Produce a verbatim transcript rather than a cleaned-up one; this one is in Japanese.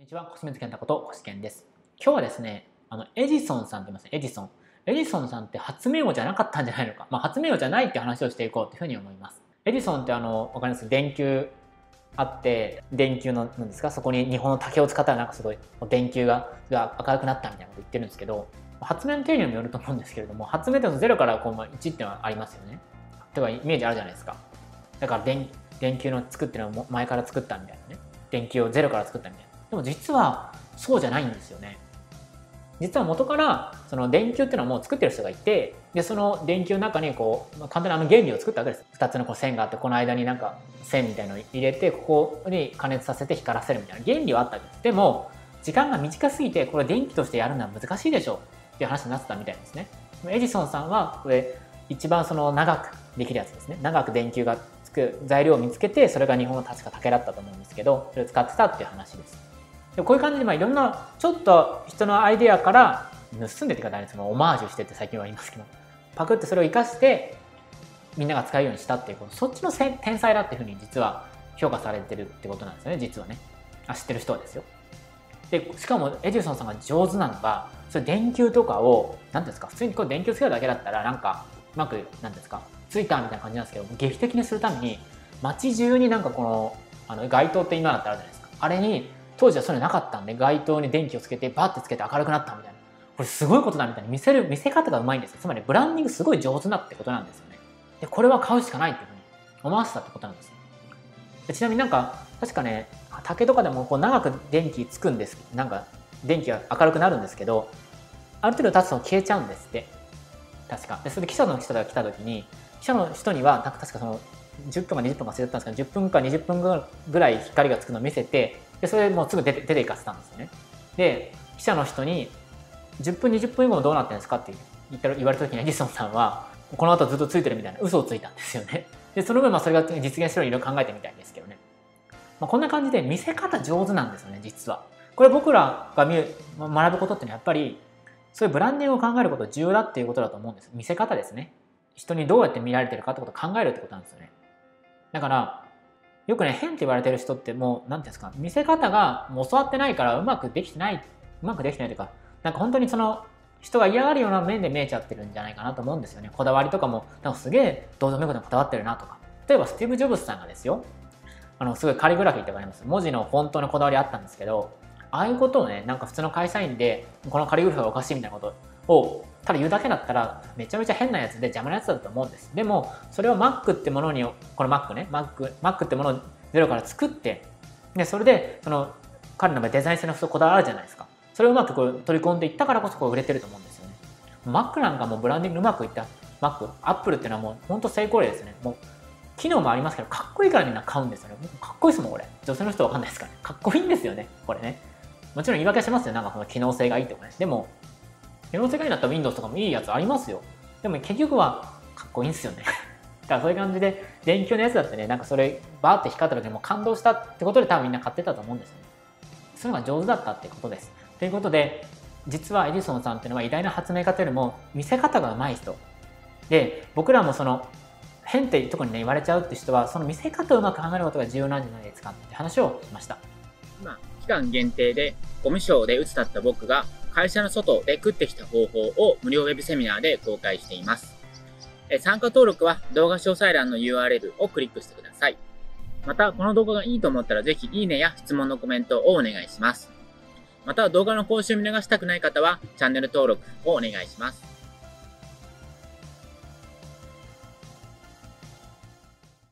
ちは、コスメズケンタことコシケンです。今日はですね、あのエジソンさんって言いますね、エジソン。エジソンさんって発明王じゃなかったんじゃないのか、まあ、発明王じゃないって話をしていこうというふうに思います。エジソンってあの、わかります？電球あって、電球の、なんですか、そこに日本の竹を使ったらなんかすごい電球が明るくなったみたいなこと言ってるんですけど、発明の定理にもよると思うんですけれども、発明ってゼロからこういちっていうのはありますよね。とかイメージあるじゃないですか。だから電電球の作ってるのを前から作ったみたいなね。電球をゼロから作ったみたいな。でも実はそうじゃないんですよね。実は元からその電球っていうのはもう作ってる人がいて、でその電球の中にこう、まあ、簡単なあの原理を作ったわけです。ふたつのこう線があって、この間になんか線みたいのを入れて、ここに加熱させて光らせるみたいな原理はあったわけです。でも時間が短すぎてこれ電気としてやるのは難しいでしょっていう話になってたみたいですね。エジソンさんはこれ一番その長くできるやつですね。長く電球がつく材料を見つけて、それが日本の確か竹だったと思うんですけど、それを使ってたっていう話です。でこういう感じで、まあいろんなちょっと人のアイデアから盗んでって方にそのオマージュしてって最近は言いますけど、パクってそれを生かしてみんなが使うようにしたっていうこと、そっちの天才だっていうふうに実は評価されてるってことなんですよね、実はね。あ、知ってる人はですよ。でしかもエジソンさんが上手なのが、それ電球とかを何ですか、普通にこう電球つけるだけだったらなんかうまく何ですかついたみたいな感じなんですけど、劇的にするために街中になんかこのあの街灯って今だったらあるじゃないですか。あれに当時はそれなかったんで、街灯に電気をつけてバッてつけて明るくなったみたいな、これすごいことだみたいに見せる見せ方がうまいんですよ。つまりブランディングすごい上手なってことなんですよね。でこれは買うしかないっていうふうに思わせたってことなんですよ。でちなみになんか確かね、竹とかでもこう長く電気つくんです、なんか電気が明るくなるんですけど、ある程度経つと消えちゃうんですって、確か。でそれで記者の人が来た時に、記者の人にはなんか確かそのじゅっぷんかにじゅっぷんか忘れてたんですけど、じゅっぷんかにじゅっぷんぐらい光がつくのを見せて、でそれでもうすぐ出て出ていかせたんですよね。で記者の人にじゅっぷんにじゅっぷん以後もどうなってるんですかって言った言われた時にエジソンさんはこの後ずっとついてるみたいな嘘をついたんですよね。でその分まあそれが実現するようにいろいろ考えてみたいんですけどね。まあ、こんな感じで見せ方上手なんですよね、実は。これ僕らが見る学ぶことってのはやっぱりそういうブランディングを考えること重要だっていうことだと思うんです。見せ方ですね。人にどうやって見られてるかってことを考えるってことなんですよね。だからよくね、変って言われてる人ってもう何ていうんですか、見せ方がもう教わってないからうまくできてないうまくできてないというか、なんか本当にその人が嫌がるような面で見えちゃってるんじゃないかなと思うんですよね。こだわりとかもなんかすげえどうでもいいことにこだわってるなとか。例えばスティーブ・ジョブズさんがですよ、あのすごいカリグラフィーってわかります？文字のフォントのこだわりあったんですけど、ああいうことをね、なんか普通の会社員でこのカリグラフィーがおかしいみたいなことをただ言うだけだったらめちゃめちゃ変なやつで邪魔なやつだと思うんです。でもそれを Mac ってものに、この Mac ね、Mac, Mac ってものをゼロから作って、でそれでその彼の場合デザイン性のこだわりあるじゃないですか。それをうまくこう取り込んでいったからこそこう売れてると思うんですよね。Mac なんかもブランディングうまくいった Mac、Apple っていうのはもう本当成功例ですね。もう機能もありますけどかっこいいからみんな買うんですよね。かっこいいですもんこれ。女性の人わかんないですからね。かっこいいんですよねこれね。もちろん言い訳しますよ、なんかこの機能性がいいとかね。でも機能性がいいんだったら Windows とかもいいやつありますよ。でも結局はかっこいいんですよね。だからそういう感じで電球のやつだってね、なんかそれバーって光った時にもう感動したってことで多分みんな買ってたと思うんですよね。そういうのが上手だったってことです。ということで実はエジソンさんっていうのは偉大な発明家というよりも見せ方が上手い人で、僕らもその変って特にね言われちゃうって人はその見せ方をうまく考えることが重要なんじゃないですかって話をしました。 今期間限定でゴミ賞で鬱だった僕が会社の外で食ってきた方法を無料ウェブセミナーで公開しています。参加登録は動画詳細欄の ユーアールエル をクリックしてください。またこの動画がいいと思ったらぜひいいねや質問のコメントをお願いします。また動画の更新を見逃したくない方はチャンネル登録をお願いします。